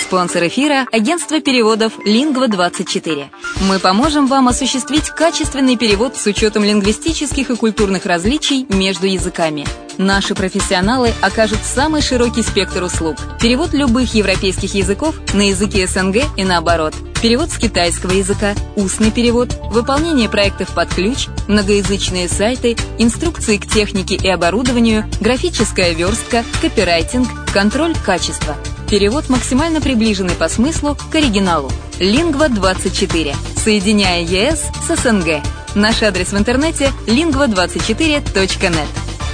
Спонсор эфира – агентство переводов Lingva24. Мы поможем вам осуществить качественный перевод с учетом лингвистических и культурных различий между языками. Наши профессионалы окажут самый широкий спектр услуг. Перевод любых европейских языков на языки СНГ и наоборот. Перевод с китайского языка, устный перевод, выполнение проектов под ключ, многоязычные сайты, инструкции к технике и оборудованию, графическая верстка, копирайтинг, контроль качества. Перевод максимально приближенный по смыслу к оригиналу. Lingva24. Соединяя ЕС с СНГ. Наш адрес в интернете lingva24.net.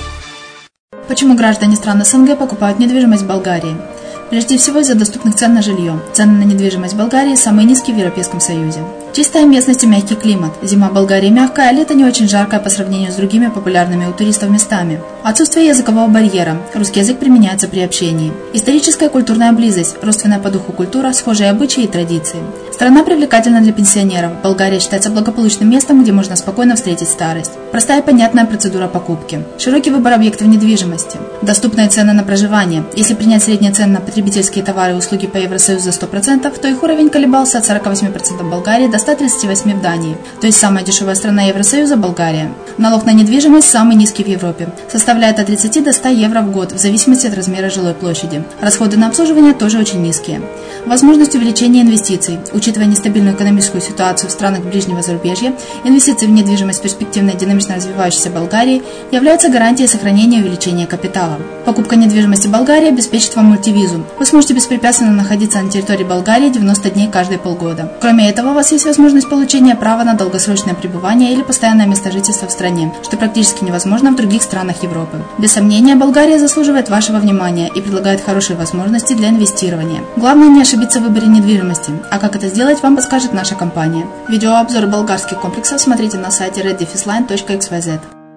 Почему граждане стран СНГ покупают недвижимость в Болгарии? Прежде всего из-за доступных цен на жилье. Цены на недвижимость в Болгарии самые низкие в Европейском Союзе. Чистая местность и мягкий климат. Зима в Болгарии мягкая, а лето не очень жаркое по сравнению с другими популярными у туристов местами. Отсутствие языкового барьера. Русский язык применяется при общении. Историческая и культурная близость. Родственная по духу культура, схожие обычаи и традиции. Страна привлекательна для пенсионеров. Болгария считается благополучным местом, где можно спокойно встретить старость. Простая и понятная процедура покупки. Широкий выбор объектов недвижимости. Доступные цены на проживание. Если принять средние цены на потребительские товары и услуги по Евросоюзу за 100%, то их уровень колебался от 48% в Болгарии до 138% в Дании. То есть самая дешевая страна Евросоюза – Болгария. Налог на недвижимость самый низкий в Европе. Составляет от 30 до 100 евро в год, в зависимости от размера жилой площади. Расходы на обслуживание тоже очень низкие. Возможность увеличения инвестиций. Учитывая нестабильную экономическую ситуацию в странах ближнего зарубежья, инвестиции в недвижимость перспективной и динамично развивающейся Болгарии являются гарантией сохранения и увеличения капитала. Покупка недвижимости в Болгарии обеспечит вам мультивизу. Вы сможете беспрепятственно находиться на территории Болгарии 90 дней каждые полгода. Кроме этого, у вас есть возможность получения права на долгосрочное пребывание или постоянное место жительства в стране, что практически невозможно в других странах Европы. Без сомнения, Болгария заслуживает вашего внимания и предлагает хорошие возможности для инвестирования. Главное не ошибиться в выборе недвижимости, а как это сделать, вам подскажет наша компания. Видеообзор болгарских комплексов смотрите на сайте reddefisline.xyz.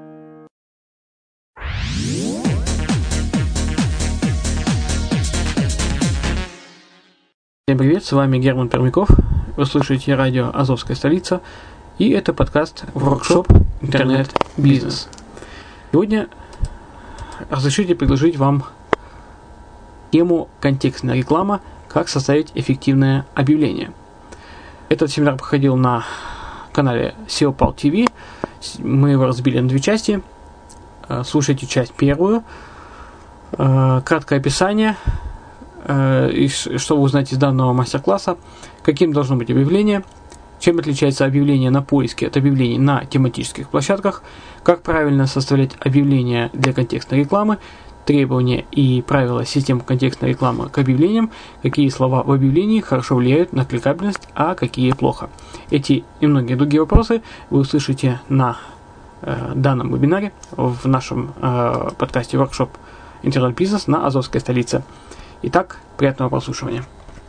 Всем привет, с вами Герман Пермяков, вы слушаете радио «Азовская столица», и это подкаст «Воркшоп. Интернет-бизнес». Сегодня разрешите предложить вам тему «Контекстная реклама. Как составить эффективное объявление». Этот семинар проходил на канале SEOPal TV, мы его разбили на две части. Слушайте часть первую, краткое описание, и что вы узнаете из данного мастер-класса, каким должно быть объявление, чем отличается объявление на поиске от объявлений на тематических площадках, как правильно составлять объявления для контекстной рекламы, требования и правила системы контекстной рекламы к объявлениям, какие слова в объявлении хорошо влияют на кликабельность, а какие плохо. Эти и многие другие вопросы вы услышите на данном вебинаре в нашем подкасте «Воркшоп. Интернет-бизнес» на Азовской столице. Итак, приятного прослушивания.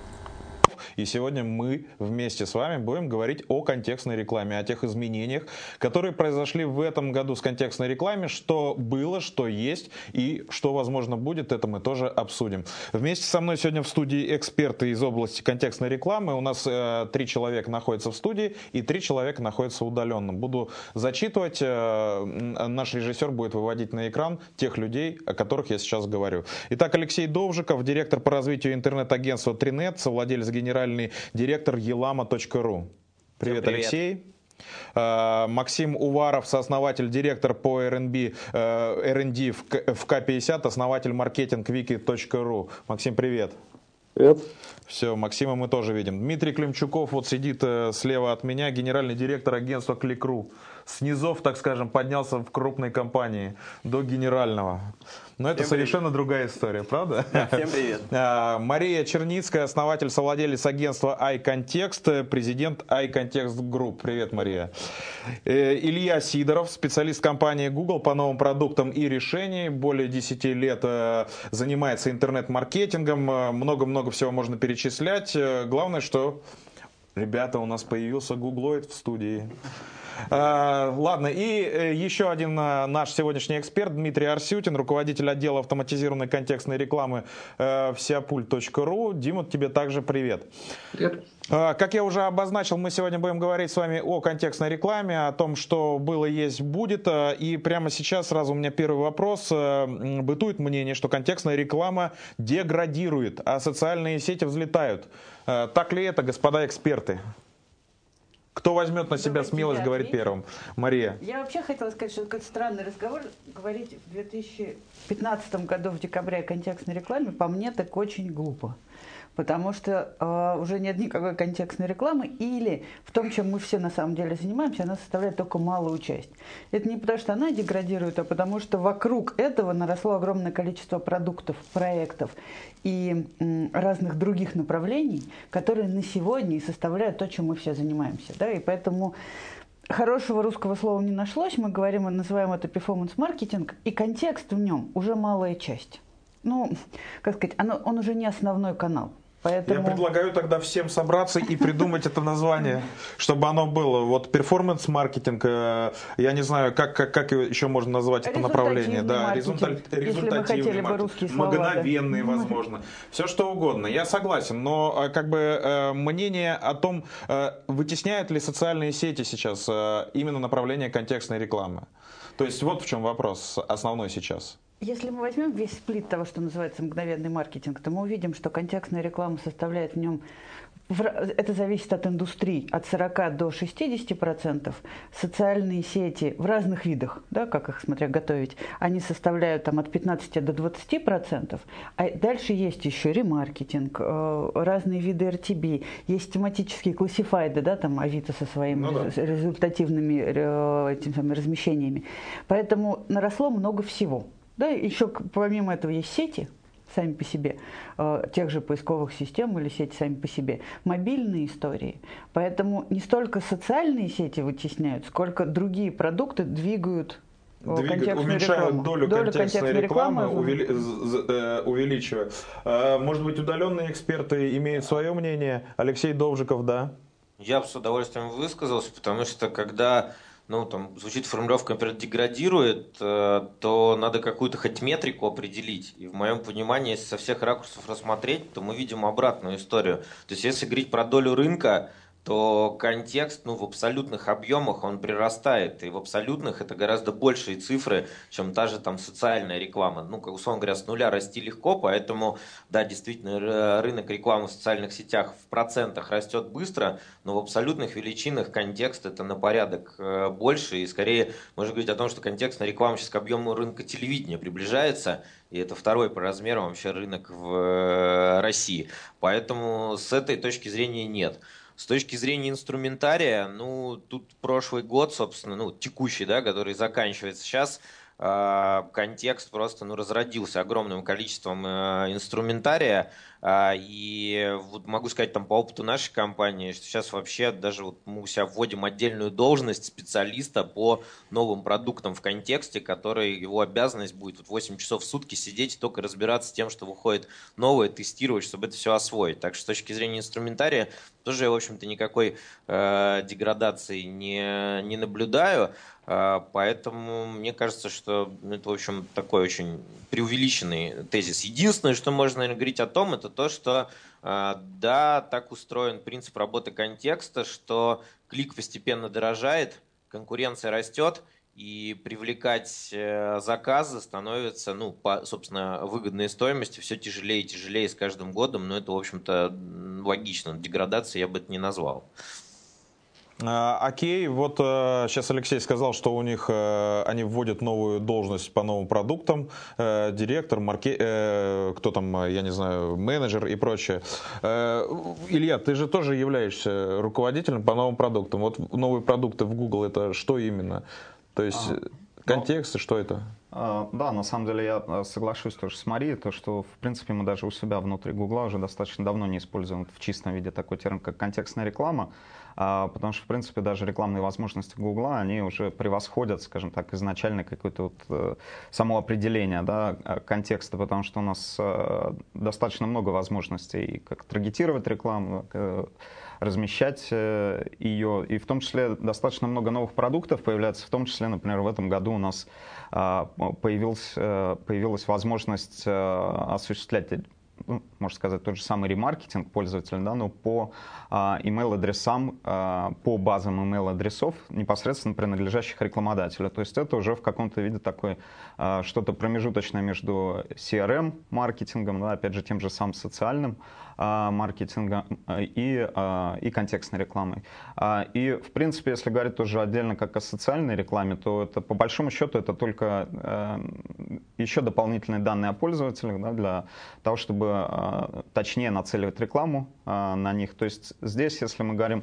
И сегодня мы вместе с вами будем говорить о контекстной рекламе, о тех изменениях, которые произошли в этом году с контекстной рекламой, что было, что есть и что, возможно, будет, это мы тоже обсудим. Вместе со мной сегодня в студии эксперты из области контекстной рекламы. У нас 3 человека находятся в студии и 3 человека находятся удаленно. Буду зачитывать, наш режиссер будет выводить на экран тех людей, о которых я сейчас говорю. Итак, Алексей Довжиков, директор по развитию интернет-агентства Тринет, совладелец генеральный директор elama.ru. Привет, Алексей. Максим Уваров, сооснователь, директор по R&D в К50, основатель маркетинг wiki.ru. Максим, привет. Привет. Все, Максима мы тоже видим. Дмитрий Климчуков вот сидит слева от меня, генеральный директор агентства Click.ru. С низов, так скажем, поднялся в крупной компании до генерального. Но это совершенно другая история, правда? Всем привет. Мария Черницкая, основатель, совладелец агентства iContext, президент iContext Group. Привет, Мария. Илья Сидоров, специалист компании Google по новым продуктам и решениям. Более 10 лет занимается интернет-маркетингом. Много-много всего можно перечислять. Главное, что, ребята, у нас появился гуглоид в студии. Ладно, и еще один наш сегодняшний эксперт Дмитрий Арсютин, руководитель отдела автоматизированной контекстной рекламы вsiapult.ru. Дима, тебе также привет. Привет. Как я уже обозначил, мы сегодня будем говорить с вами о контекстной рекламе, о том, что было, есть, будет. И прямо сейчас сразу у меня первый вопрос. Бытует мнение, что контекстная реклама деградирует, а социальные сети взлетают. Так ли это, господа эксперты? Кто возьмет на себя смелость говорить первым? Мария. Я вообще хотела сказать, что это странный разговор. Говорить в 2015 году в декабре о контекстной рекламе, по мне, так очень глупо. Потому что уже нет никакой контекстной рекламы, или в том, чем мы все на самом деле занимаемся, она составляет только малую часть. Это не потому, что она деградирует, а потому что вокруг этого наросло огромное количество продуктов, проектов и разных других направлений, которые на сегодня и составляют то, чем мы все занимаемся. Да? И поэтому хорошего русского слова не нашлось, мы говорим, называем это перформанс-маркетинг, и контекст в нем уже малая часть. Ну, как сказать, он уже не основной канал. Поэтому... Я предлагаю тогда всем собраться и придумать это название, чтобы оно было. Вот перформанс-маркетинг, я не знаю, как еще можно назвать это направление. Да, результативный маркетинг, мгновенный, возможно. Все что угодно, я согласен. Но как бы мнение о том, вытесняют ли социальные сети сейчас именно направление контекстной рекламы. То есть вот в чем вопрос основной сейчас. Если мы возьмем весь сплит того, что называется мгновенный маркетинг, то мы увидим, что контекстная реклама составляет в нем, это зависит от индустрий, от 40 до 60%. Социальные сети в разных видах, да, как их смотря готовить, они составляют там, от 15 до 20%. А дальше есть еще ремаркетинг, разные виды RTB, есть тематические классифайды, да, там Авито со своими результативными этими самыми размещениями. Поэтому наросло много всего. Да, еще помимо этого есть сети сами по себе, тех же поисковых систем или сети сами по себе, мобильные истории. Поэтому не столько социальные сети вытесняют, сколько другие продукты двигают уменьшают долю контекстной рекламы, увеличивая. Может быть, удаленные эксперты имеют свое мнение? Алексей Довжиков, да? Я бы с удовольствием высказался, потому что когда звучит формулировка, например, деградирует, то надо какую-то хоть метрику определить. И в моем понимании, если со всех ракурсов рассмотреть, то мы видим обратную историю. То есть, если говорить про долю рынка, то контекст в абсолютных объемах он прирастает. И в абсолютных это гораздо большие цифры, чем та же там социальная реклама. Как условно говоря, с нуля расти легко, поэтому, да, действительно, рынок рекламы в социальных сетях в процентах растет быстро, но в абсолютных величинах контекст это на порядок больше. И скорее можно говорить о том, что контекстная реклама сейчас к объему рынка телевидения приближается, и это второй по размерам вообще рынок в России. Поэтому с этой точки зрения нет. С точки зрения инструментария, тут прошлый год, собственно, текущий, да, который заканчивается сейчас, контекст просто разродился огромным количеством инструментария. И вот могу сказать по опыту нашей компании, что сейчас вообще даже мы у себя вводим отдельную должность специалиста по новым продуктам в контексте, который его обязанность будет 8 часов в сутки сидеть и только разбираться с тем, что выходит новое, тестировать, чтобы это все освоить. Так что с точки зрения инструментария тоже я, в общем-то, никакой деградации не наблюдаю. Поэтому мне кажется, что это, в общем, такой очень преувеличенный тезис. Единственное, что можно, наверное, говорить о том, это то, что да, так устроен принцип работы контекста, что клик постепенно дорожает, конкуренция растет, и привлекать заказы становится, по, собственно, выгодной стоимости все тяжелее и тяжелее с каждым годом, но это, в общем-то, логично. Деградацией я бы это не назвал. Окей, вот сейчас Алексей сказал, что у них они вводят новую должность по новым продуктам, директор, кто там, я не знаю, менеджер и прочее. Илья, ты же тоже являешься руководителем по новым продуктам. Вот новые продукты в Google, это что именно? То есть контекст, что это? Да, на самом деле я соглашусь тоже с Марией, то, что в принципе мы даже у себя внутри Гугла уже достаточно давно не используем в чистом виде такой термин, как контекстная реклама, потому что в принципе даже рекламные возможности Гугла, они уже превосходят, скажем так, изначально какое-то вот само определение, да, контекста, потому что у нас достаточно много возможностей, как таргетировать рекламу, размещать ее, и в том числе достаточно много новых продуктов появляется, в том числе, например, в этом году у нас появилась возможность осуществлять, ну, можно сказать, тот же самый ремаркетинг пользователя, да, но по email-адресам, по базам email-адресов, непосредственно принадлежащих рекламодателю. То есть это уже в каком-то виде такое что-то промежуточное между CRM-маркетингом, да, опять же, тем же самым социальным маркетингом и контекстной рекламой. И, в принципе, если говорить тоже отдельно как о социальной рекламе, то это, по большому счету, это только еще дополнительные данные о пользователях, да, для того, чтобы точнее нацеливать рекламу на них. То есть здесь, если мы говорим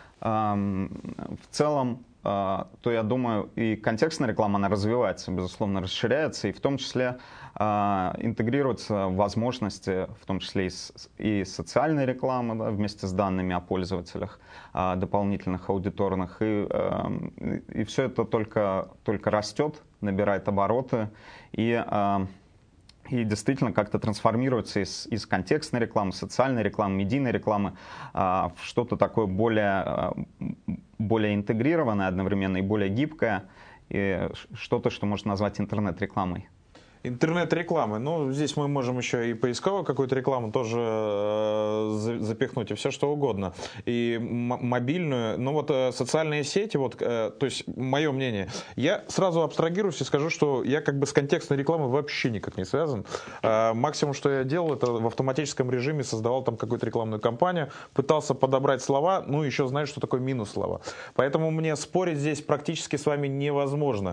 в целом, то я думаю, и контекстная реклама, она развивается, безусловно, расширяется, и в том числе интегрируются возможности, в том числе и социальной рекламы, да, вместе с данными о пользователях, дополнительных аудиторных, и все это только растет, набирает обороты, и действительно как-то трансформируется из контекстной рекламы, социальной рекламы, медийной рекламы в что-то такое более интегрированное одновременно и более гибкое, и что-то, что можно назвать интернет-рекламой. Интернет-рекламы. Ну, здесь мы можем еще и поисковую какую-то рекламу тоже запихнуть, и все что угодно. И мобильную. Ну, вот социальные сети, вот, то есть, мое мнение. Я сразу абстрагируюсь и скажу, что я как бы с контекстной рекламой вообще никак не связан. Максимум, что я делал, это в автоматическом режиме создавал там какую-то рекламную кампанию, пытался подобрать слова, ну, еще знаю, что такое минус слова. Поэтому мне спорить здесь практически с вами невозможно.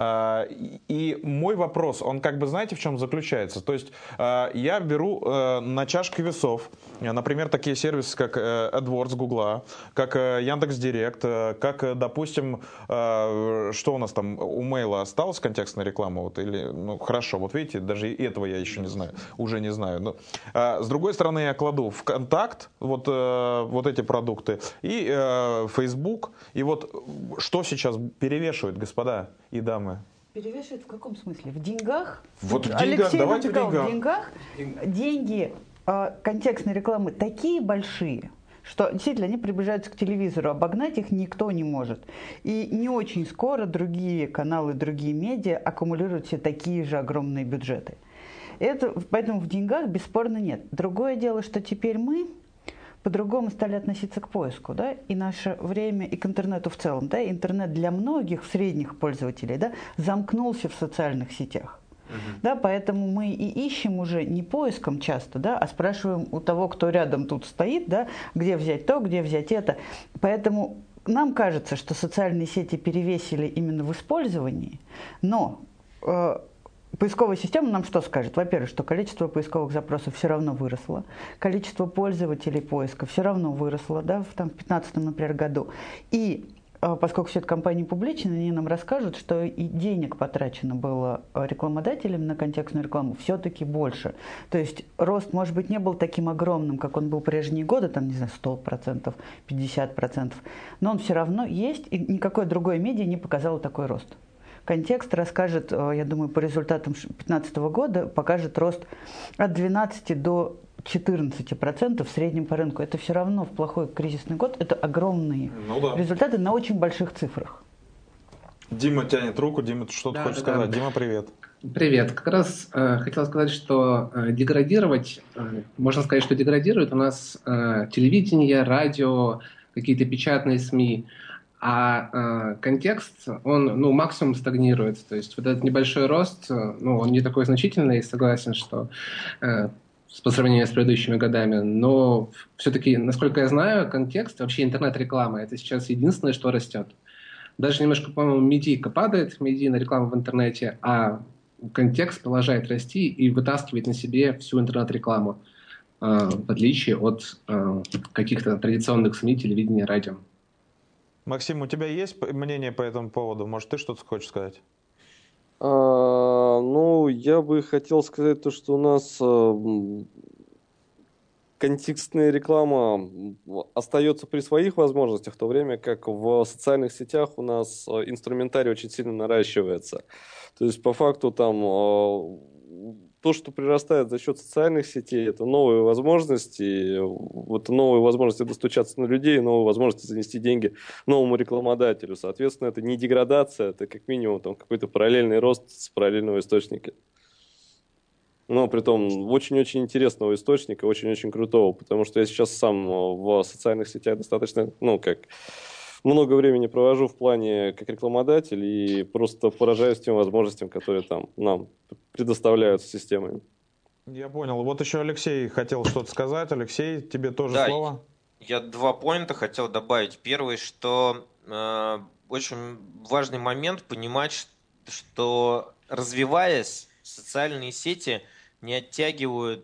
И мой вопрос, он как бы, знаете, в чем заключается? То есть я беру на чашке весов, например, такие сервисы, как AdWords Гугла, как Яндекс.Директ, как, допустим, что у нас там у Мейла осталась контекстная реклама, вот, или, ну, хорошо, вот видите, даже и этого я еще не знаю, уже не знаю. Но, с другой стороны, я кладу в контакт вот эти продукты и Facebook, и вот что сейчас перевешивает, господа и дамы? Перевешивает в каком смысле? В деньгах? Вот в деньгах, Алексей давайте в деньгах. В деньгах деньги контекстной рекламы такие большие, что действительно они приближаются к телевизору, обогнать их никто не может. И не очень скоро другие каналы, другие медиа аккумулируют все такие же огромные бюджеты. Поэтому в деньгах бесспорно нет. Другое дело, что теперь мы по-другому стали относиться к поиску, да, и наше время, и к интернету в целом, да, интернет для многих средних пользователей, да, замкнулся в социальных сетях. Да, поэтому мы и ищем уже не поиском часто, да, а спрашиваем у того, кто рядом тут стоит, да, где взять то, где взять это. Поэтому нам кажется, что социальные сети перевесили именно в использовании, но поисковая система нам что скажет? Во-первых, что количество поисковых запросов все равно выросло, количество пользователей поиска все равно выросло, да, в 2015, например, году. И поскольку все это компании публичные, они нам расскажут, что и денег потрачено было рекламодателям на контекстную рекламу все-таки больше. То есть рост, может быть, не был таким огромным, как он был прежние годы, там, не знаю, 100%, 50%, но он все равно есть, и никакое другое медиа не показало такой рост. Контекст расскажет, я думаю, по результатам 2015 года, покажет рост от 12 до 14% в среднем по рынку. Это все равно в плохой кризисный год, это огромные результаты на очень больших цифрах. Дима тянет руку. Дима, ты что-то хочешь сказать? Дима, привет. Привет. Как раз хотел сказать, что деградировать, можно сказать, что деградирует у нас телевидение, радио, какие-то печатные СМИ. А контекст, он, максимум стагнирует. То есть вот этот небольшой рост, он не такой значительный, согласен, что по сравнению с предыдущими годами. Но все-таки, насколько я знаю, контекст, вообще интернет-реклама, это сейчас единственное, что растет. Даже немножко, по-моему, медийка падает, медийная реклама в интернете, а контекст продолжает расти и вытаскивает на себе всю интернет-рекламу, в отличие от каких-то традиционных СМИ, телевидения, радио. Максим, у тебя есть мнение по этому поводу? Может, ты что-то хочешь сказать? Я бы хотел сказать то, что у нас контекстная реклама остается при своих возможностях, в то время как в социальных сетях у нас инструментарий очень сильно наращивается. То есть, по факту, там то, что прирастает за счет социальных сетей, это новые возможности, новые возможности достучаться на людей, новые возможности занести деньги новому рекламодателю. Соответственно, это не деградация, это как минимум там какой-то параллельный рост с параллельного источника. Но притом очень-очень интересного источника, очень-очень крутого, потому что я сейчас сам в социальных сетях достаточно, много времени провожу в плане как рекламодатель и просто поражаюсь тем возможностям, которые там нам предоставляются системами. Я понял. Вот еще Алексей хотел что-то сказать. Алексей, тебе тоже слово. Я 2 поинта хотел добавить. Первый, что очень важный момент понимать, что развиваясь, социальные сети не оттягивают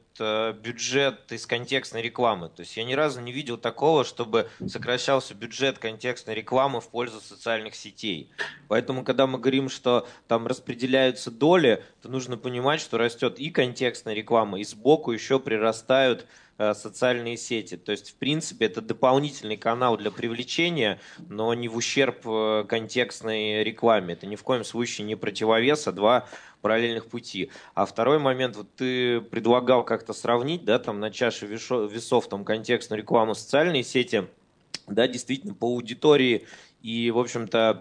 бюджет из контекстной рекламы. То есть я ни разу не видел такого, чтобы сокращался бюджет контекстной рекламы в пользу социальных сетей. Поэтому, когда мы говорим, что там распределяются доли, то нужно понимать, что растет и контекстная реклама, и сбоку еще прирастают социальные сети. То есть, в принципе, это дополнительный канал для привлечения, но не в ущерб контекстной рекламе. Это ни в коем случае не противовес, а 2 параллельных пути. А второй момент, вот ты предлагал как-то сравнить, да, там на чаше весов там контекстную рекламу, социальные сети, да, действительно, по аудитории. И, в общем-то,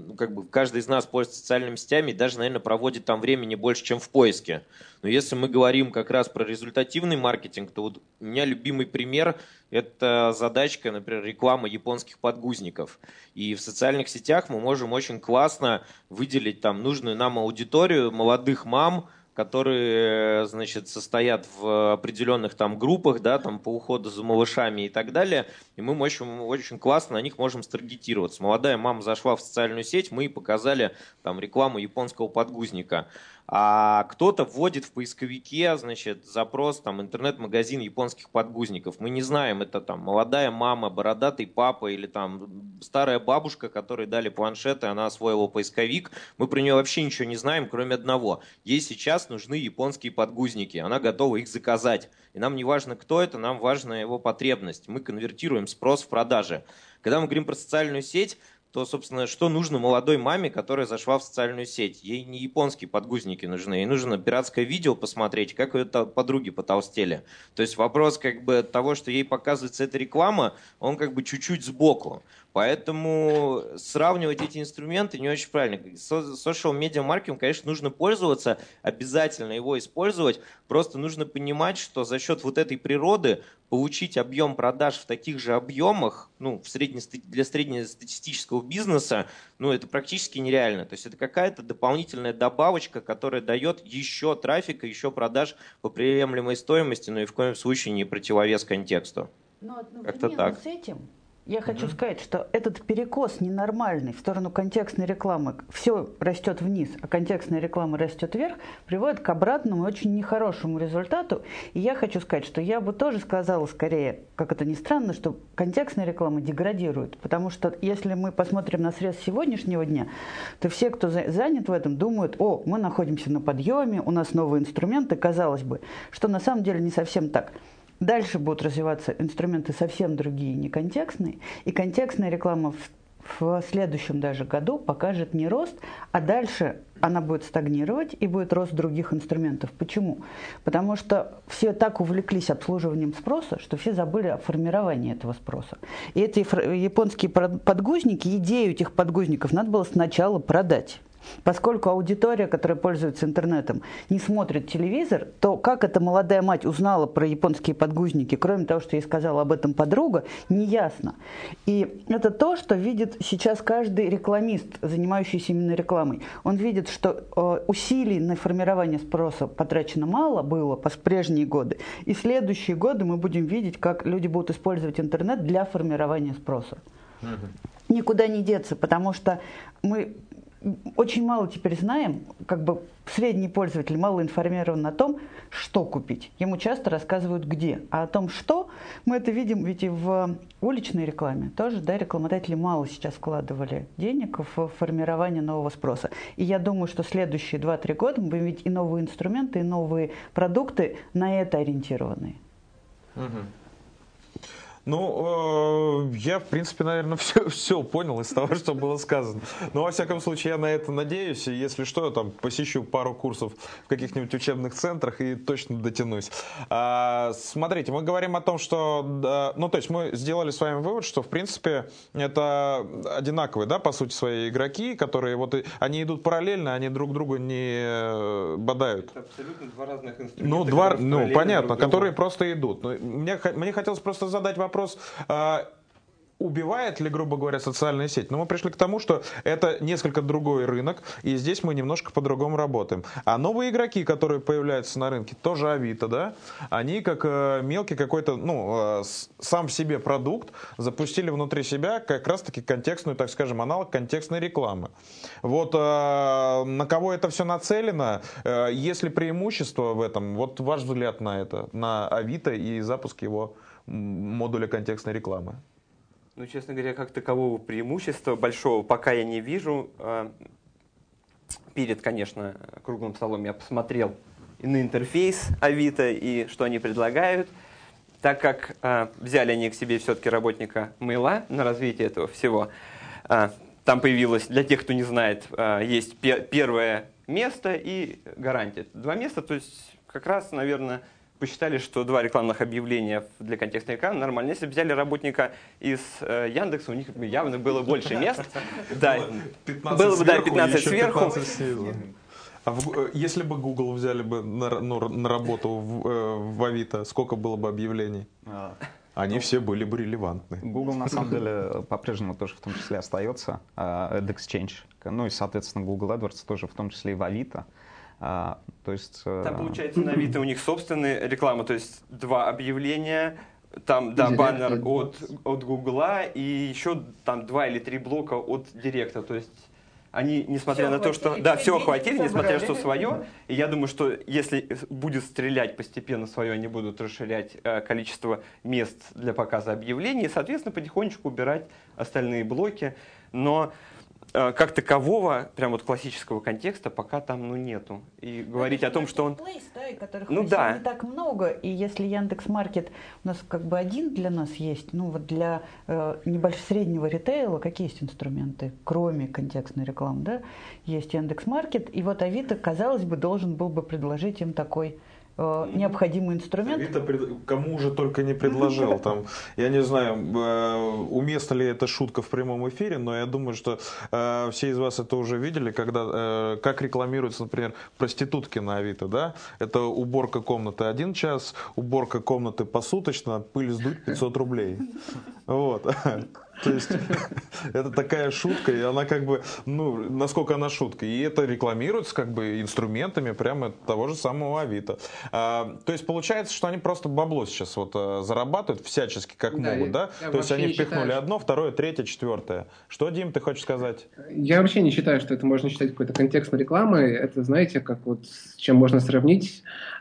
каждый из нас пользуется социальными сетями и даже, наверное, проводит там времени больше, чем в поиске. Но если мы говорим как раз про результативный маркетинг, то вот у меня любимый пример – это задачка, например, реклама японских подгузников. И в социальных сетях мы можем очень классно выделить там нужную нам аудиторию молодых мам, которые, значит, состоят в определенных там группах, да, там по уходу за малышами и так далее, и мы очень классно на них можем старгетироваться. Молодая мама зашла в социальную сеть, мы ей показали там рекламу японского подгузника. А кто-то вводит в поисковике, значит, запрос там интернет-магазин японских подгузников. Мы не знаем, это там молодая мама, бородатый папа или там старая бабушка, которой дали планшеты, она освоила поисковик. Мы про нее вообще ничего не знаем, кроме одного. Ей сейчас нужны японские подгузники, она готова их заказать. И нам не важно, кто это, нам важна его потребность. Мы конвертируем спрос в продажи. Когда мы говорим про социальную сеть, то, собственно, что нужно молодой маме, которая зашла в социальную сеть? Ей не японские подгузники нужны, ей нужно пиратское видео посмотреть, как ее подруги потолстели. То есть вопрос того, что ей показывается эта реклама, он чуть-чуть сбоку. Поэтому сравнивать эти инструменты не очень правильно. Social media маркетингом, конечно, нужно пользоваться, обязательно его использовать. Просто нужно понимать, что за счет вот этой природы получить объем продаж в таких же объемах, для среднестатистического бизнеса, это практически нереально. То есть это какая-то дополнительная добавочка, которая дает еще трафика, еще продаж по приемлемой стоимости, но и в коем случае не противовес контексту. Но одновременно с этим я хочу сказать, что этот перекос ненормальный в сторону контекстной рекламы, все растет вниз, а контекстная реклама растет вверх, приводит к обратному и очень нехорошему результату. И я хочу сказать, что я бы тоже сказала скорее, как это ни странно, что контекстная реклама деградирует. Потому что если мы посмотрим на срез сегодняшнего дня, то все, кто занят в этом, думают: о, мы находимся на подъеме, у нас новые инструменты, казалось бы, что на самом деле не совсем так. Дальше будут развиваться инструменты совсем другие, не контекстные. И контекстная реклама в следующем даже году покажет не рост, а дальше она будет стагнировать и будет рост других инструментов. Почему? Потому что все так увлеклись обслуживанием спроса, что все забыли о формировании этого спроса. И эти японские подгузники, идею этих подгузников надо было сначала продать. Поскольку аудитория, которая пользуется интернетом, не смотрит телевизор, то как эта молодая мать узнала про японские подгузники, кроме того, что ей сказала об этом подруга, неясно. И это то, что видит сейчас каждый рекламист, занимающийся именно рекламой. Он видит, что усилий на формирование спроса потрачено мало было в прежние годы. И в следующие годы мы будем видеть, как люди будут использовать интернет для формирования спроса. Никуда не деться, потому что очень мало теперь знаем, как бы средний пользователь мало информирован о том, что купить. Ему часто рассказывают где. А о том, что, мы это видим ведь и в уличной рекламе. Тоже, да, рекламодатели мало сейчас вкладывали денег в формирование нового спроса. И я думаю, что следующие 2-3 года мы будем видеть и новые инструменты, и новые продукты на это ориентированные. Ну, я, в принципе, наверное, все понял из того, что было сказано. Но, во всяком случае, я на это надеюсь. И если что, я там посещу пару курсов в каких-нибудь учебных центрах и точно дотянусь. Смотрите, мы говорим о том, что... Ну, то есть мы сделали с вами вывод, что, в принципе, это одинаковые, да, по сути, свои игроки, которые вот... Они идут параллельно, они друг друга не бодают. Это абсолютно два разных инструмента. Понятно, которые просто идут. Мне хотелось просто задать вопрос, убивает ли, грубо говоря, социальная сеть? Но мы пришли к тому, что это несколько другой рынок, и здесь мы немножко по-другому работаем. А новые игроки, которые появляются на рынке, тоже Авито, да, они как мелкий какой-то, сам в себе продукт запустили внутри себя как раз-таки контекстную, так скажем, аналог контекстной рекламы. Вот на кого это все нацелено? Есть ли преимущество в этом? Вот ваш взгляд на это, на Авито и запуск его модуля контекстной рекламы. Ну, честно говоря, как такового преимущества большого пока я не вижу. Перед, конечно, круглым столом я посмотрел и на интерфейс Авито, и что они предлагают. Так как взяли они к себе все-таки работника Мейла на развитие этого всего, там появилось, для тех, кто не знает, есть первое место и гарантия. 2 места, то есть как раз, наверное, посчитали, что 2 рекламных объявления для контекстной рекламы нормально. Если бы взяли работника из Яндекса, у них явно было больше мест. Да, было бы 15 сверху. А если бы Google взяли бы на работу в Авито, сколько было бы объявлений? Они все были бы релевантны. Google, на самом деле, по-прежнему тоже в том числе остается AdExchange. Ну и, соответственно, Google AdWords тоже в том числе и в Авито. То есть, там, получается, на Авито у них собственная реклама, то есть 2 объявления, там, да, баннер от Гугла и еще там 2 или 3 блока от Директа, то есть они, несмотря на то, что... Да, все охватили, несмотря на то, что свое. И я думаю, что если будет стрелять постепенно свое, они будут расширять количество мест для показа объявлений и, соответственно, потихонечку убирать остальные блоки. Но как такового, прям вот классического контекста пока там нету. И говорить о том, что он... которых не так много, и если Яндекс.Маркет у нас как бы один для нас есть, вот для среднего ритейла какие есть инструменты, кроме контекстной рекламы, да? Есть Яндекс.Маркет, и вот Авито, казалось бы, должен был бы предложить им такой необходимый инструмент. Авито кому же только не предложил. Там, я не знаю, уместна ли эта шутка в прямом эфире, но я думаю, что все из вас это уже видели, когда как рекламируются, например, проститутки на Авито. Да? Это уборка комнаты 1 час, уборка комнаты посуточно, пыль сдуть 500 рублей. Вот. То есть это такая шутка, и она как бы, насколько она шутка, и это рекламируется как бы инструментами прямо того же самого Авито. То есть получается, что они просто бабло сейчас вот зарабатывают всячески как могут, да? То есть они впихнули одно, второе, третье, четвертое. Что, Дим, ты хочешь сказать? Я вообще не считаю, что это можно считать какой-то контекстной рекламой. Это, знаете, как вот с чем можно сравнить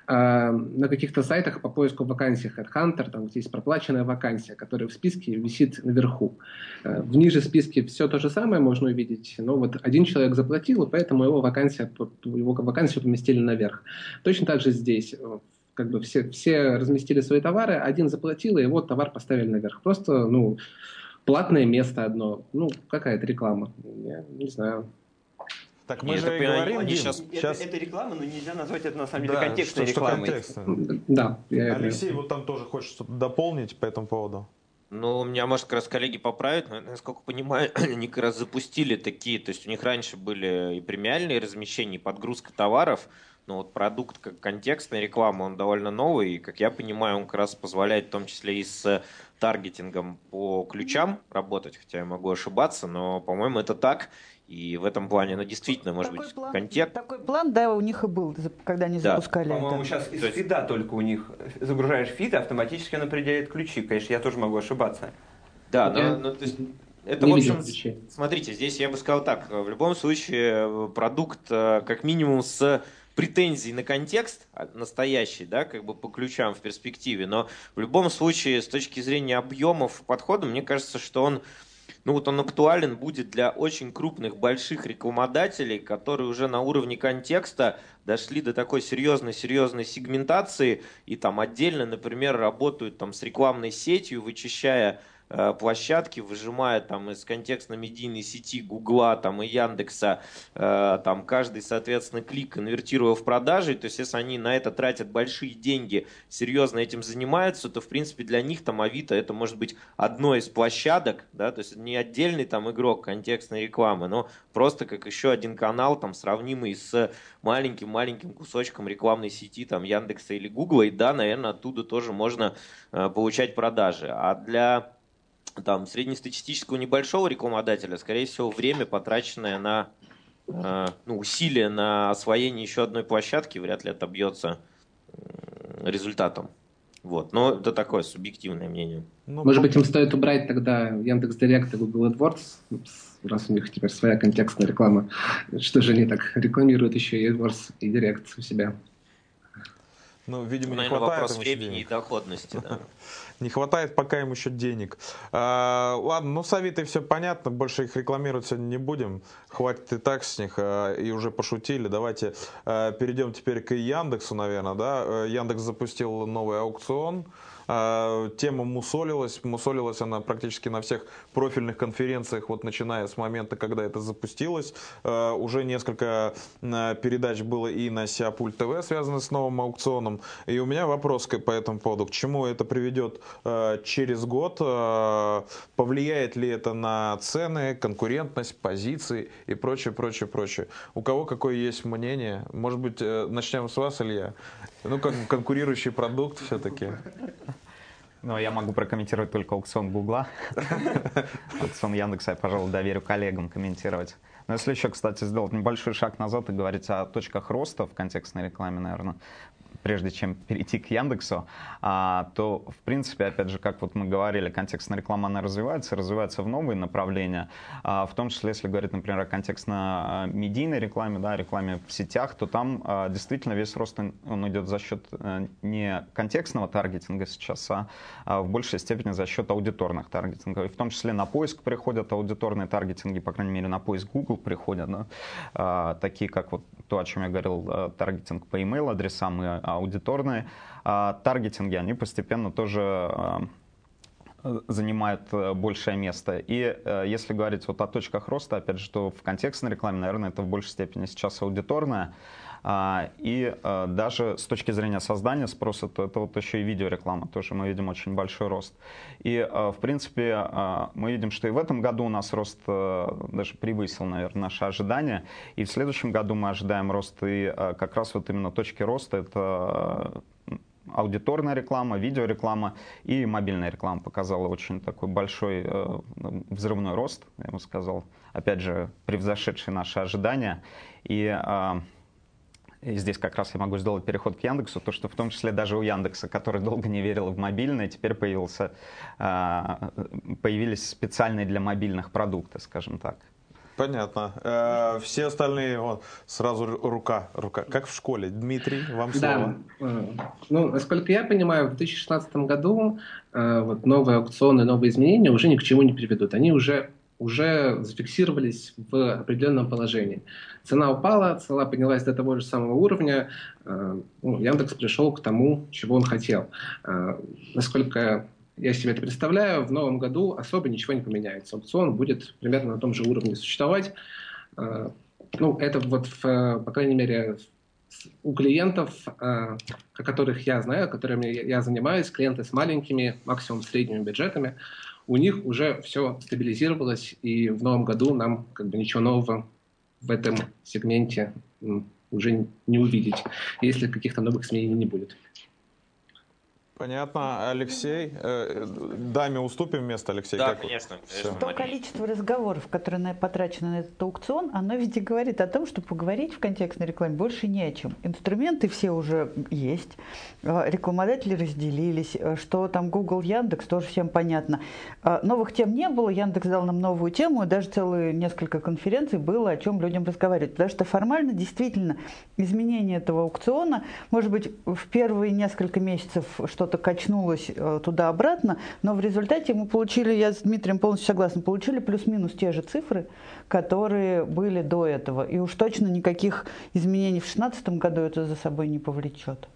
на каких-то сайтах по поиску вакансий HeadHunter, там есть проплаченная вакансия, которая в списке висит наверху. В ниже списке все то же самое можно увидеть, но вот один человек заплатил, и поэтому его вакансию поместили наверх. Точно так же здесь. Как бы все разместили свои товары, один заплатил, и его товар поставили наверх. Просто, платное место одно. Какая-то реклама. Я не знаю. Так мы же говорим, Дим, сейчас... Это реклама, но нельзя назвать это на самом деле контекстной рекламой. Да. Алексей вот там тоже хочет что-то дополнить по этому поводу. Меня, может, как раз коллеги поправят, но, насколько понимаю, они как раз запустили такие, то есть у них раньше были и премиальные размещения, и подгрузка товаров, но вот продукт как контекстная реклама, он довольно новый, и, как я понимаю, он как раз позволяет в том числе и с таргетингом по ключам работать, хотя я могу ошибаться, но, по-моему, это так. И в этом плане, действительно, может быть, контекст. Такой план, да, у них и был, когда они запускали это. По-моему, сейчас из фида только у них загружаешь фид, и автоматически он определяет ключи. Конечно, я тоже могу ошибаться. Да, то есть Это, в общем, смотрите, здесь я бы сказал так. В любом случае, продукт как минимум с претензий на контекст настоящий, да, как бы по ключам в перспективе, но в любом случае, с точки зрения объемов подхода, мне кажется, что он он актуален будет для очень крупных, больших рекламодателей, которые уже на уровне контекста дошли до такой серьезной сегментации и там отдельно, например, работают там с рекламной сетью, вычищая площадки, выжимая там из контекстно-медийной сети Гугла там, и Яндекса там, каждый, соответственно, клик конвертируя в продажи. То есть, если они на это тратят большие деньги, серьезно этим занимаются, то, в принципе, для них там Авито это может быть одной из площадок, да, то есть не отдельный там игрок контекстной рекламы, но просто как еще один канал, там, сравнимый с маленьким кусочком рекламной сети там, Яндекса или Гугла, и да, наверное, оттуда тоже можно получать продажи. А для там, среднестатистического небольшого рекламодателя, скорее всего, время, потраченное на усилия на освоение еще одной площадки, вряд ли отобьется результатом. Вот. Но это такое субъективное мнение. Может быть, им стоит убрать тогда Яндекс.Директ и Google AdWords, раз у них теперь своя контекстная реклама. Что же они так рекламируют еще и AdWords, и Direct у себя? Видимо, не наверное, хватает вопрос времени и доходности, да. Не хватает пока им еще денег. Ладно, с Авито все понятно, больше их рекламировать сегодня не будем. Хватит и так с них, и уже пошутили. Давайте перейдем теперь к Яндексу, наверное. Да? Яндекс запустил новый аукцион. Тема мусолилась она практически на всех профильных конференциях, вот начиная с момента, когда это запустилось. Уже несколько передач было и на Сиапульт ТВ, связанных с новым аукционом. И у меня вопрос по этому поводу. К чему это приведет через год? Повлияет ли это на цены, конкурентность, позиции и прочее? У кого какое есть мнение? Может быть, начнем с вас, Илья? Как конкурирующий продукт все-таки. Я могу прокомментировать только аукцион Гугла. Аукцион Яндекса я, пожалуй, доверю коллегам комментировать. Но если еще, кстати, сделать небольшой шаг назад и говорить о точках роста в контекстной рекламе, наверное, прежде чем перейти к Яндексу, то, в принципе, опять же, как вот мы говорили, контекстная реклама, она развивается в новые направления, в том числе, если говорить, например, о контекстно-медийной рекламе, да, рекламе в сетях, то там действительно весь рост, он идет за счет не контекстного таргетинга сейчас, а в большей степени за счет аудиторных таргетингов. И в том числе на поиск приходят аудиторные таргетинги, по крайней мере, на поиск Google приходят, да, такие как вот то, о чем я говорил, таргетинг по email-адресам и аудиторные таргетинги, они постепенно тоже занимают большее место. И если говорить вот о точках роста, опять же, то в контекстной рекламе, наверное, это в большей степени сейчас аудиторная. И даже с точки зрения создания спроса, то это вот еще и видеореклама, тоже мы видим очень большой рост. И, в принципе, мы видим, что и в этом году у нас рост даже превысил, наверное, наши ожидания. И в следующем году мы ожидаем рост, и как раз вот именно точки роста — это аудиторная реклама, видеореклама и мобильная реклама показала очень такой большой взрывной рост, я бы сказал, опять же, превзошедший наши ожидания. И здесь как раз я могу сделать переход к Яндексу, то что в том числе даже у Яндекса, который долго не верил в мобильное, теперь появились специальные для мобильных продукты, скажем так. Понятно. Все остальные, сразу рука. Как в школе. Дмитрий, вам слово. Да. Насколько я понимаю, в 2016 году новые аукционы, новые изменения уже ни к чему не приведут. Они уже зафиксировались в определенном положении. Цена упала, цена поднялась до того же самого уровня. Яндекс пришел к тому, чего он хотел. Насколько я себе это представляю, в новом году особо ничего не поменяется. Аукцион будет примерно на том же уровне существовать. Это по крайней мере, у клиентов, о которых я знаю, которыми я занимаюсь, клиенты с маленькими, максимум средними бюджетами, у них уже все стабилизировалось, и в новом году нам ничего нового в этом сегменте уже не увидеть, если каких-то новых изменений не будет. Понятно. Алексей, даме уступим место, Алексей? Да, как конечно. То количество разговоров, которые потрачено на этот аукцион, оно ведь и говорит о том, что поговорить в контекстной рекламе больше не о чем. Инструменты все уже есть, рекламодатели разделились, что там Google, Яндекс, тоже всем понятно. Новых тем не было, Яндекс дал нам новую тему, и даже целые несколько конференций было, о чем людям разговаривать. Потому что формально, действительно, изменение этого аукциона, может быть, в первые несколько месяцев что-то качнулось туда-обратно, но в результате мы получили, я с Дмитрием полностью согласна, получили плюс-минус те же цифры, которые были до этого. И уж точно никаких изменений в 2016 году это за собой не повлечет.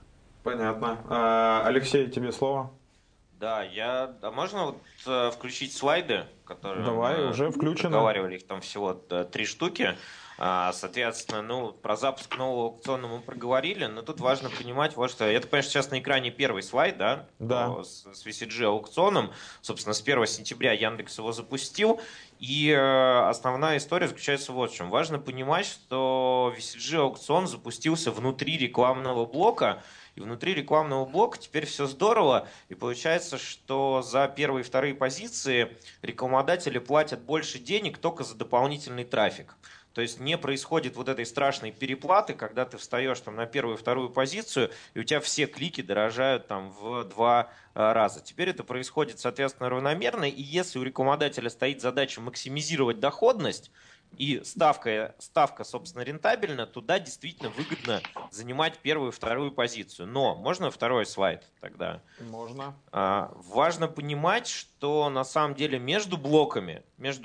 Понятно. Алексей, тебе слово. Да, а можно включить слайды, которые Давай, мы уже включено. Разговаривали, их там всего 3 штуки. Соответственно, про запуск нового аукциона мы проговорили, но тут важно понимать вот что. Это, конечно, сейчас на экране первый слайд, да? С VCG аукционом. Собственно, с 1 сентября Яндекс его запустил. И основная история заключается вот в чем. Важно понимать, что VCG аукцион запустился внутри рекламного блока. И внутри рекламного блока теперь все здорово. И получается, что за первые и вторые позиции рекламодатели платят больше денег только за дополнительный трафик. То есть не происходит вот этой страшной переплаты, когда ты встаешь там на первую и вторую позицию, и у тебя все клики дорожают там в 2 раза. Теперь это происходит, соответственно, равномерно, и если у рекламодателя стоит задача максимизировать доходность, и ставка, собственно, рентабельна, туда действительно выгодно занимать первую и вторую позицию. Но можно второй слайд тогда? Можно. Важно понимать, что на самом деле между блоками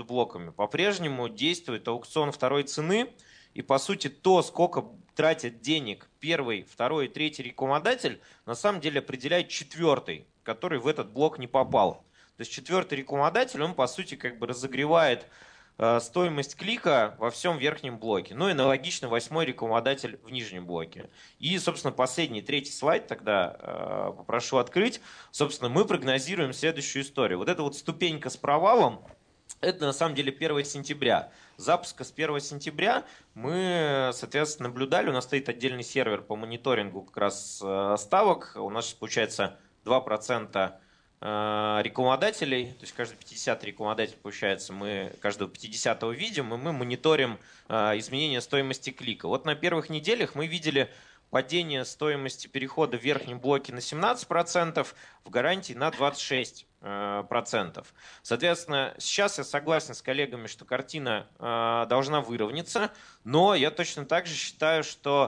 по-прежнему действует аукцион второй цены, и по сути то, сколько тратит денег первый, второй и третий рекламодатель, на самом деле определяет четвертый, который в этот блок не попал. То есть четвертый рекламодатель, он по сути как бы разогревает стоимость клика во всем верхнем блоке. Ну и аналогично 8-й рекламодатель в нижнем блоке. И, собственно, последний, 3-й слайд тогда попрошу открыть. Собственно, мы прогнозируем следующую историю. Вот эта вот ступенька с провалом, это на самом деле 1 сентября. Запуска с 1 сентября мы, соответственно, наблюдали. У нас стоит отдельный сервер по мониторингу как раз ставок. У нас сейчас получается 2% рекламодателей, то есть каждый 50-й рекламодатель, получается, мы каждого 50-го видим, и мы мониторим изменение стоимости клика. Вот на первых неделях мы видели падение стоимости перехода в верхнем блоке на 17%, в гарантии на 26%. Соответственно, сейчас я согласен с коллегами, что картина должна выровняться, но я точно так же считаю, что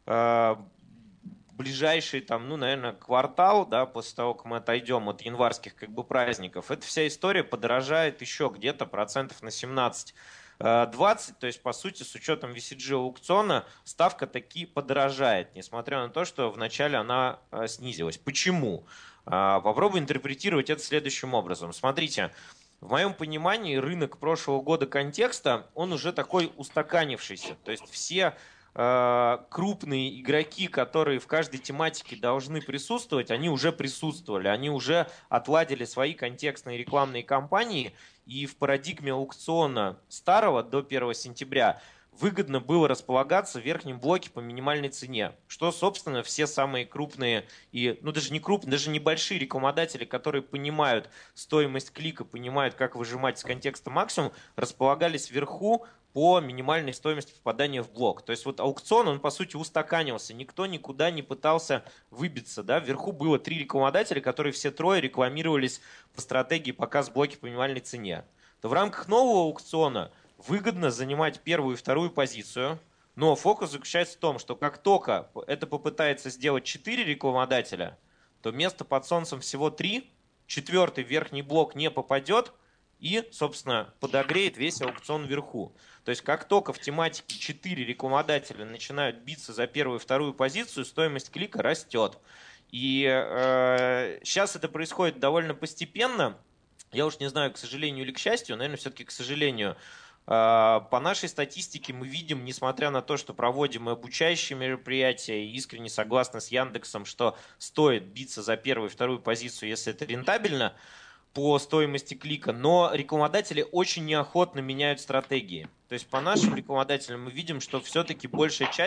ближайший там, наверное, квартал, да, после того, как мы отойдем от январских как бы праздников, эта вся история подорожает еще где-то процентов на 17-20, то есть, по сути, с учетом VCG аукциона ставка таки подорожает, несмотря на то, что вначале она снизилась. Почему? Попробую интерпретировать это следующим образом. Смотрите, в моем понимании рынок прошлого года контекста, он уже такой устаканившийся, то есть все крупные игроки, которые в каждой тематике должны присутствовать, они уже присутствовали, они уже отладили свои контекстные рекламные кампании, и в парадигме аукциона старого до 1 сентября выгодно было располагаться в верхнем блоке по минимальной цене, что, собственно, все самые крупные и, даже не крупные, даже небольшие рекламодатели, которые понимают стоимость клика, понимают, как выжимать из контекста максимум, располагались вверху по минимальной стоимости попадания в блок. То есть вот аукцион, он по сути устаканился, никто никуда не пытался выбиться. Да? Вверху было 3 рекламодателя, которые все трое рекламировались по стратегии показ блоки по минимальной цене. То в рамках нового аукциона выгодно занимать первую и вторую позицию, но фокус заключается в том, что как только это попытается сделать 4 рекламодателя, то место под солнцем всего 3, 4-й верхний блок не попадет, и, собственно, подогреет весь аукцион вверху. То есть, как только в тематике 4 рекламодателя начинают биться за первую и вторую позицию, стоимость клика растет. И сейчас это происходит довольно постепенно. Я уж не знаю, к сожалению или к счастью, наверное, все-таки к сожалению. По нашей статистике мы видим, несмотря на то, что проводим и обучающие мероприятия, и искренне согласны с Яндексом, что стоит биться за первую и вторую позицию, если это рентабельно, по стоимости клика, но рекламодатели очень неохотно меняют стратегии. То есть по нашим рекламодателям мы видим, что все-таки большая часть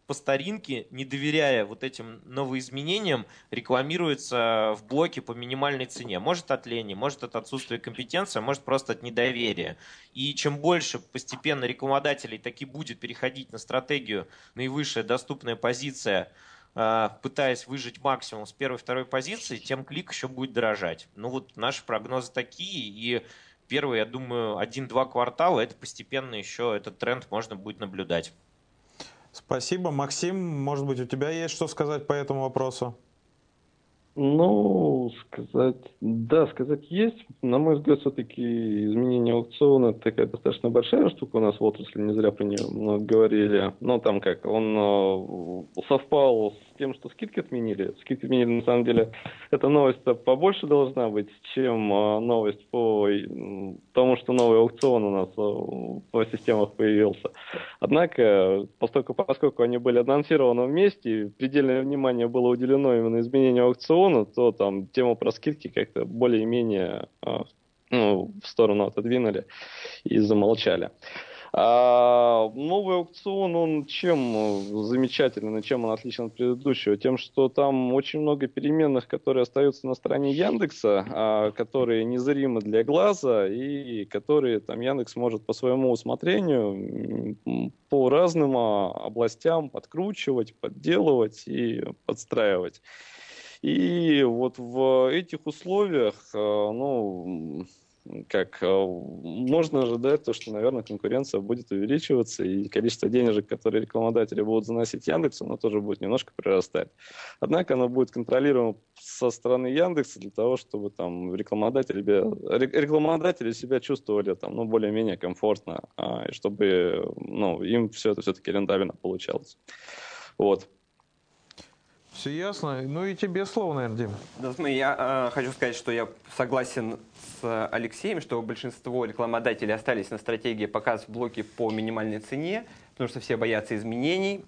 по старинке, не доверяя вот этим новоизменениям, рекламируется в блоке по минимальной цене. Может от лени, может от отсутствия компетенции, может просто от недоверия. И чем больше постепенно рекламодателей таки будет переходить на стратегию наивысшая доступная позиция, пытаясь выжать максимум с первой-второй позиции, тем клик еще будет дорожать. Ну вот наши прогнозы такие, и первые, я думаю, 1-2 квартала, это постепенно еще этот тренд можно будет наблюдать. Спасибо. Максим, может быть, у тебя есть что сказать по этому вопросу? Ну, сказать есть. На мой взгляд, все-таки изменение аукциона это такая достаточно большая штука у нас в отрасли, не зря про нее много говорили. Но там как, он совпал с тем, что скидки отменили. Скидки отменили, на самом деле, эта новость побольше должна быть, чем новость по тому, что новый аукцион у нас в системах появился. Однако, поскольку они были анонсированы вместе, предельное внимание было уделено именно изменению аукциона, то там тему про скидки как-то более-менее в сторону отодвинули и замолчали. А новый аукцион, он чем замечателен и чем он отличен от предыдущего? Тем, что там очень много переменных, которые остаются на стороне Яндекса, которые незримы для глаза и которые там Яндекс может по своему усмотрению по разным областям подкручивать, подделывать и подстраивать. И вот в этих условиях, можно ожидать то, что, наверное, конкуренция будет увеличиваться, и количество денежек, которые рекламодатели будут заносить Яндексу, оно тоже будет немножко прирастать. Однако оно будет контролируемо со стороны Яндекса для того, чтобы там рекламодатели себя чувствовали там, более-менее комфортно, и чтобы им все это все-таки рентабельно получалось. Вот. Все ясно. Ну и тебе слово, наверное, Дим. Да, я хочу сказать, что я согласен с Алексеем, что большинство рекламодателей остались на стратегии показ в блоке по минимальной цене, потому что все боятся изменений.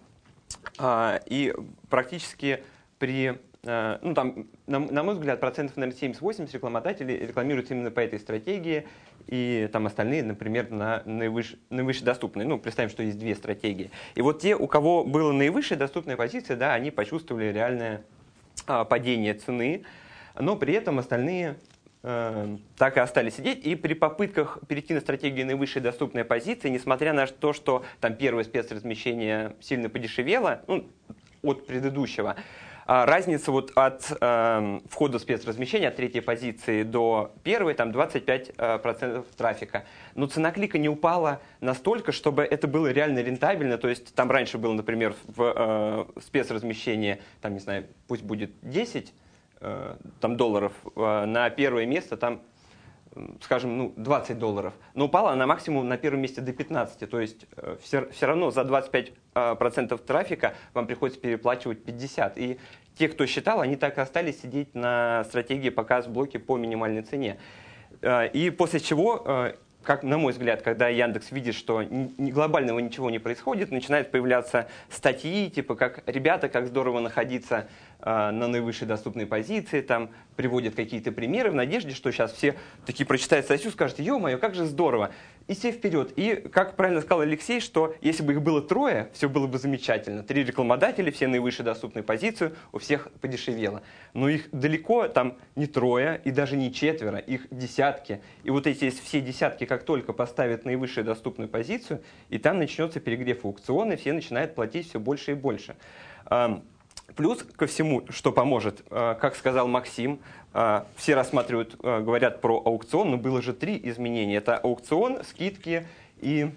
И практически на мой взгляд, процентов, наверное, 70-80 рекламодателей рекламируют именно по этой стратегии, и там остальные, например, на наивысшей доступной. Представим, что есть две стратегии. И вот те, у кого была наивысшая доступная позиция, да, они почувствовали реальное падение цены, но при этом остальные так и остались сидеть. И при попытках перейти на стратегию наивысшей доступной позиции, несмотря на то, что там первое спецразмещение сильно подешевело, от предыдущего, разница вот от входа в спецразмещение, от третьей позиции до первой, там 25% трафика. Но цена клика не упала настолько, чтобы это было реально рентабельно. То есть там раньше было, например, в спецразмещении, там, не знаю, пусть будет 10 долларов, на первое место там, скажем, $20. Но упала она максимум на первом месте до 15. То есть все равно за 25% трафика вам приходится переплачивать 50. И те, кто считал, они так и остались сидеть на стратегии показ в блоке по минимальной цене. И после чего, как на мой взгляд, когда Яндекс видит, что глобального ничего не происходит, начинают появляться статьи, типа как «Ребята, как здорово находиться на наивысшей доступной позиции», там приводят какие-то примеры в надежде, что сейчас все такие прочитают статью, скажут: «Ё-моё, как же здорово!» И все вперед. И, как правильно сказал Алексей, что если бы их было трое, все было бы замечательно. 3 рекламодателя, все наивысшей доступной позиции, у всех подешевело. Но их далеко там не трое и даже не 4, их десятки. И вот эти все десятки, как только поставят наивысшую доступную позицию, и там начнется перегрев аукциона, и все начинают платить все больше и больше. Плюс ко всему, что поможет, как сказал Максим, все рассматривают, говорят про аукцион, но было же 3 изменения. Это аукцион, скидки и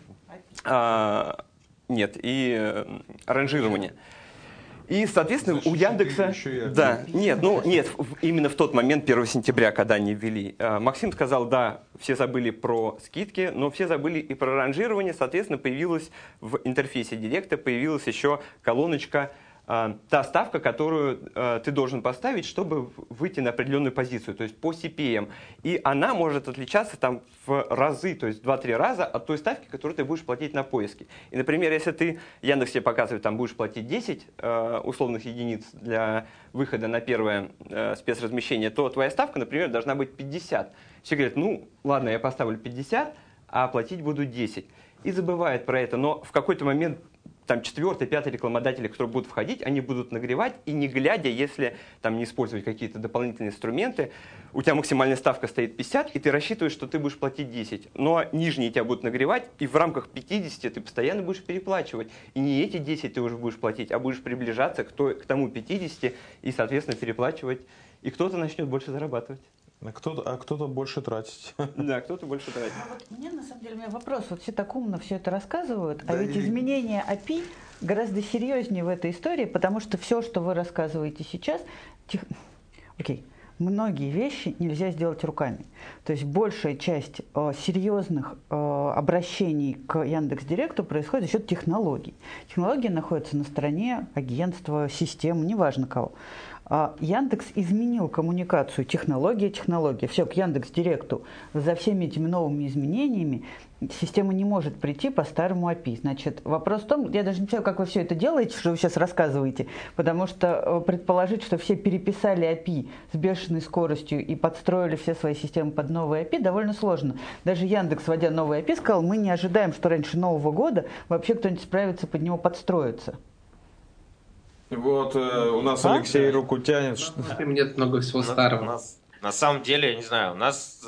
ранжирование. И, соответственно, у Яндекса... Именно в тот момент, 1 сентября, когда они ввели. Максим сказал, да, все забыли про скидки, но все забыли и про ранжирование. Соответственно, появилась в интерфейсе Директа, появилась еще колоночка, та ставка, которую ты должен поставить, чтобы выйти на определенную позицию, то есть по CPM. И она может отличаться там в разы, то есть 2-3 раза от той ставки, которую ты будешь платить на поиске. И, например, если ты, Яндекс тебе показывает, там будешь платить 10 условных единиц для выхода на первое спецразмещение, то твоя ставка, например, должна быть 50. Все говорят, ладно, я поставлю 50, а платить буду 10. И забывают про это, но в какой-то момент там 4-й, 5-й рекламодатели, которые будут входить, они будут нагревать, и не глядя, если там не использовать какие-то дополнительные инструменты, у тебя максимальная ставка стоит 50, и ты рассчитываешь, что ты будешь платить 10. Но нижние тебя будут нагревать, и в рамках 50 ты постоянно будешь переплачивать. И не эти 10 ты уже будешь платить, а будешь приближаться к тому 50 и, соответственно, переплачивать. И кто-то начнет больше зарабатывать. А кто-то больше тратить. Да, кто-то больше тратит. Мне, на самом деле, у меня вопрос. Вот все так умно все это рассказывают, а ведь изменение API гораздо серьезнее в этой истории, потому что все, что вы рассказываете сейчас, многие вещи нельзя сделать руками. То есть большая часть серьезных обращений к Яндекс.Директу происходит за счет технологий. Технологии находятся на стороне агентства, системы, неважно кого. Яндекс изменил коммуникацию технология. Все, к Яндекс.Директу за всеми этими новыми изменениями система не может прийти по старому API. Значит, вопрос в том, я даже не знаю, как вы все это делаете, что вы сейчас рассказываете, потому что предположить, что все переписали API с бешеной скоростью и подстроили все свои системы под новый API, довольно сложно. Даже Яндекс, вводя новый API, сказал, мы не ожидаем, что раньше Нового года вообще кто-нибудь справится под него подстроиться. Вот у нас Алексей руку тянет. Нет много всего старого. На самом деле, я не знаю, у нас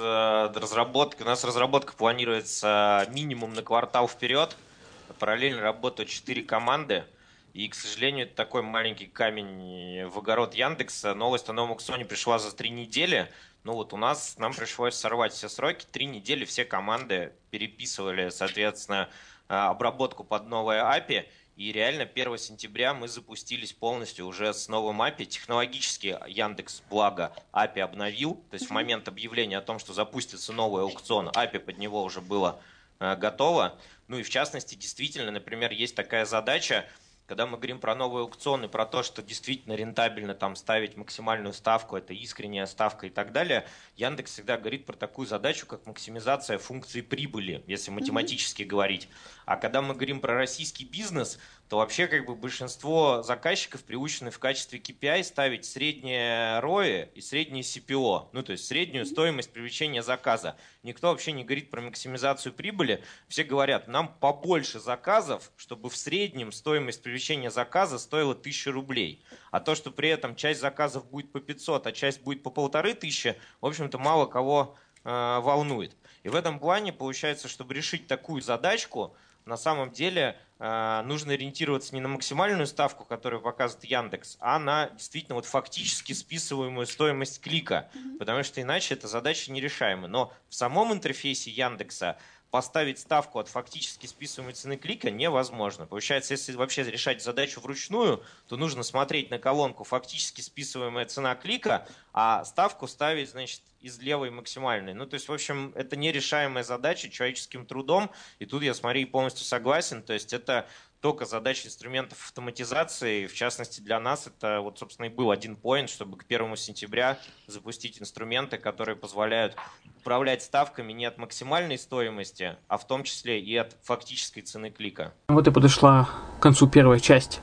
разработка планируется минимум на квартал вперед. Параллельно работают 4 команды. И, к сожалению, это такой маленький камень в огород Яндекса. Новость о новом аукционе пришла за 3 недели. Ну вот нам пришлось сорвать все сроки. 3 недели все команды переписывали, соответственно, обработку под новое API. И реально 1 сентября мы запустились полностью уже с новым API. Технологически Яндекс, благо, API обновил. То есть в момент объявления о том, что запустится новый аукцион, API под него уже было готово. Ну и в частности, действительно, например, есть такая задача, когда мы говорим про новый аукцион и про то, что действительно рентабельно там ставить максимальную ставку, это искренняя ставка и так далее, Яндекс всегда говорит про такую задачу, как максимизация функции прибыли, если математически говорить. А когда мы говорим про российский бизнес, то вообще как бы большинство заказчиков приучены в качестве KPI ставить среднее ROI и среднее CPO, ну то есть среднюю стоимость привлечения заказа. Никто вообще не говорит про максимизацию прибыли. Все говорят, нам побольше заказов, чтобы в среднем стоимость привлечения заказа стоила 1000 рублей. А то, что при этом часть заказов будет по 500, а часть будет по 1500, в общем-то мало кого волнует. И в этом плане получается, чтобы решить такую задачку, на самом деле нужно ориентироваться не на максимальную ставку, которую показывает Яндекс, а на действительно вот фактически списываемую стоимость клика, потому что иначе эта задача нерешаема. Но в самом интерфейсе Яндекса поставить ставку от фактически списываемой цены клика невозможно. Получается, если вообще решать задачу вручную, то нужно смотреть на колонку фактически списываемая цена клика, а ставку ставить, значит, из левой максимальной. Ну, то есть, в общем, это нерешаемая задача человеческим трудом, и тут я с Марией полностью согласен, то есть это только задача инструментов автоматизации, в частности для нас это вот, собственно, и был один поинт, чтобы к 1 сентября запустить инструменты, которые позволяют управлять ставками не от максимальной стоимости, а в том числе и от фактической цены клика. Вот и подошла к концу первая часть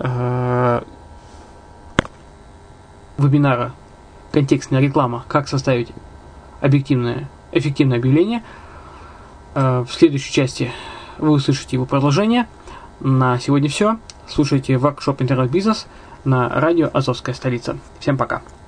вебинара «Контекстная реклама. Как составить объективное, эффективное объявление». В следующей части вы услышите его продолжение. На сегодня все. Слушайте воркшоп «Интернет-бизнес» на радио «Азовская столица». Всем пока.